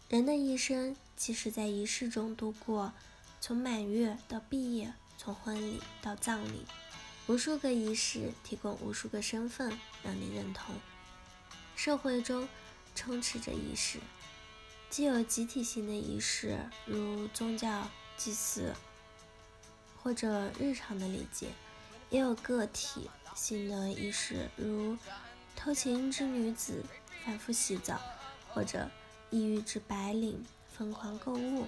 人的一生即使在仪式中度过，从满月到毕业，从婚礼到葬礼，无数个仪式提供无数个身份让你认同。社会中充斥着仪式，既有集体性的仪式，如宗教祭祀或者日常的礼节，也有个体性的仪式，如偷情之女子反复洗澡，或者抑郁之白领疯狂购物。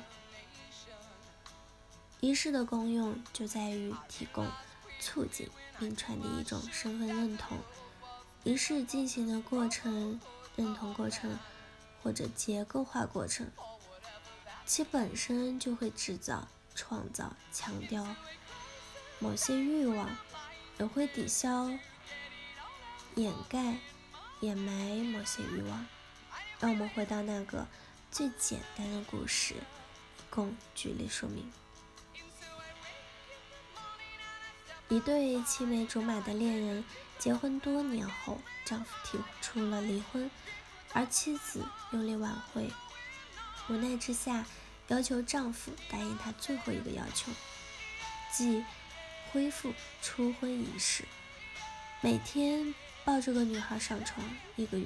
仪式的功用就在于提供、促进并传递一种身份认同。仪式进行的过程、认同过程或者结构化过程，其本身就会制造、创造、强调某些欲望，也会抵消、掩盖、掩埋某些欲望。让我们回到那个最简单的故事，供举例说明。一对青梅竹马的恋人结婚多年后，丈夫提出了离婚，而妻子用力挽回，无奈之下要求丈夫答应她最后一个要求，即恢复初婚仪式，每天抱这个女孩上床1个月。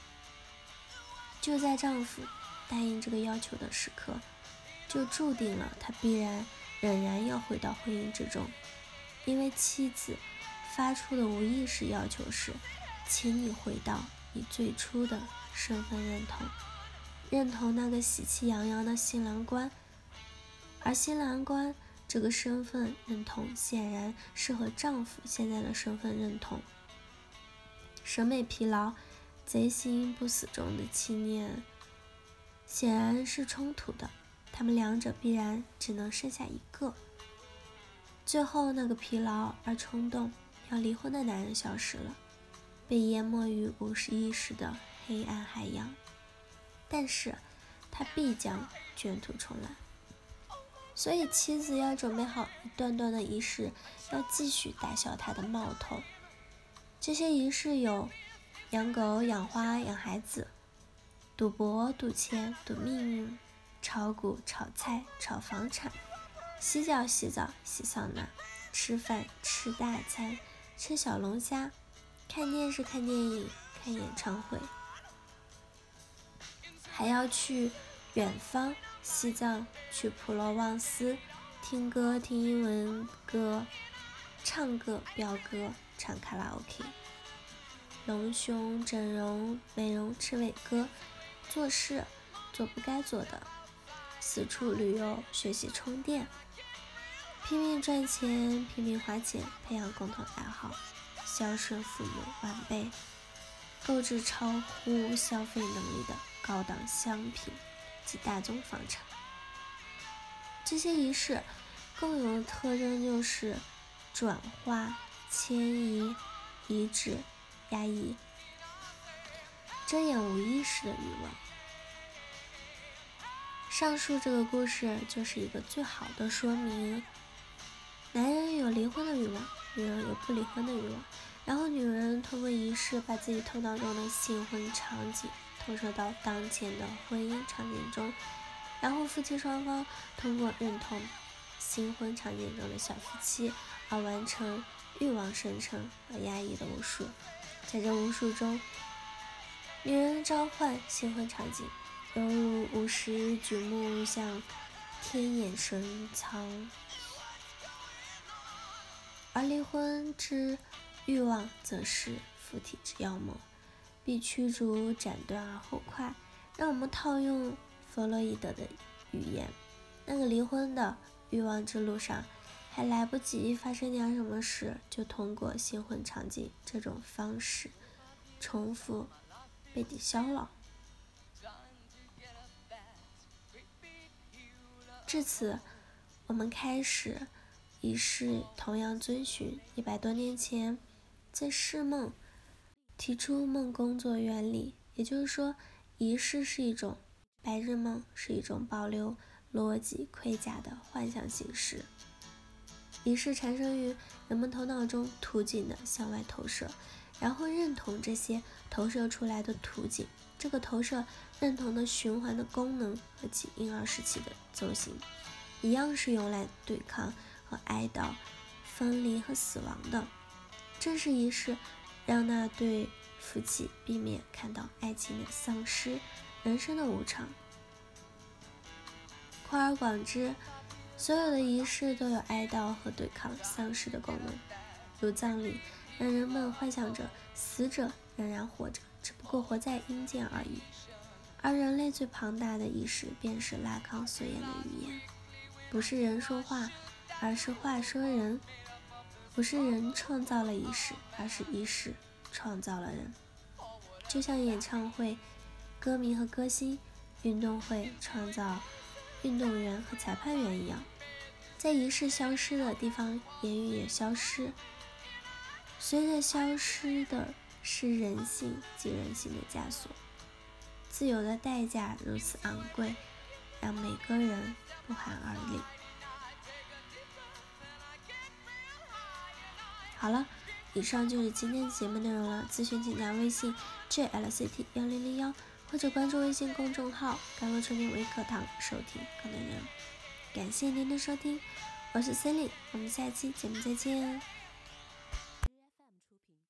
就在丈夫答应这个要求的时刻，就注定了他必然仍然要回到婚姻之中，因为妻子发出的无意识要求是，请你回到你最初的身份认同，认同那个喜气洋洋的新郎官。而新郎官这个身份认同显然是和丈夫现在的身份认同审美疲劳、贼心不死中的信念显然是冲突的，他们两者必然只能剩下一个。最后那个疲劳而冲动要离婚的男人消失了，被淹没于无意识的黑暗海洋，但是他必将卷土重来。所以妻子要准备好一段段的仪式，要继续打消他的冒头。这些仪式有养狗、养花、养孩子，赌博、赌钱、赌命运，炒股、炒菜、炒房产，洗脚、洗澡、洗桑拿，吃饭、吃大餐、吃小龙虾，看电视、看电影、看演唱会，还要去远方西藏，去普罗旺斯听歌、听英文歌，唱歌、飙歌，唱卡拉 OK， 隆胸、整容、美容、吃伟哥，做事做不该做的，四处旅游、学习、充电，拼命赚钱，拼命花钱，培养共同爱好，孝顺父母晚辈，购置超乎消费能力的高档商品及大宗房产。这些仪式共有的特征就是转化、迁移、移植、压抑，遮掩无意识的欲望。上述这个故事就是一个最好的说明。男人有离婚的欲望，女人有不离婚的欲望，然后女人通过仪式把自己头脑中的新婚场景投射到当前的婚姻场景中，然后夫妻双方通过认同新婚场景中的小夫妻而完成欲望生成和压抑的巫术。在这巫术中，女人召唤新婚场景，犹如巫师举目向天眼神苍，而离婚之欲望则是附体之妖魔，必驱逐斩断而后快。让我们套用弗洛伊德的语言，那个离婚的欲望之路上还来不及发生点什么事，就通过新婚场景这种方式重复被抵消了。至此，我们开始仪式同样遵循100多年前在释梦提出梦工作原理，也就是说，仪式是一种白日梦，是一种保留逻辑盔甲的幻想形式。仪式产生于人们头脑中途径的向外投射， 然后认同这些投射出来的图景，这个投射认同的循环的功能和其婴儿时期的奏行，一样是用来对抗和哀悼分离和死亡的。正是仪式让那对夫妻避免看到爱情的丧失，人生的无常。扩而广之，所有的仪式都有哀悼和对抗丧失的功能，如葬礼让人们幻想着死者仍然活着，只不过活在阴间而已。而人类最庞大的仪式便是拉康所言的语言，不是人说话，而是话说人；不是人创造了仪式，而是仪式创造了人。就像演唱会，歌迷和歌星，运动会创造运动员和裁判员一样，在仪式消失的地方，言语也消失。随着消失的是人性及人性的枷锁。自由的代价如此昂贵，让每个人不寒而栗。好了，以上就是今天的节目内容了。咨询请加微信 JLCT1001，或者关注微信公众号“甘露春天微课堂”收听更多内容。感谢您的收听，我是 Celine，我们下期节目再见。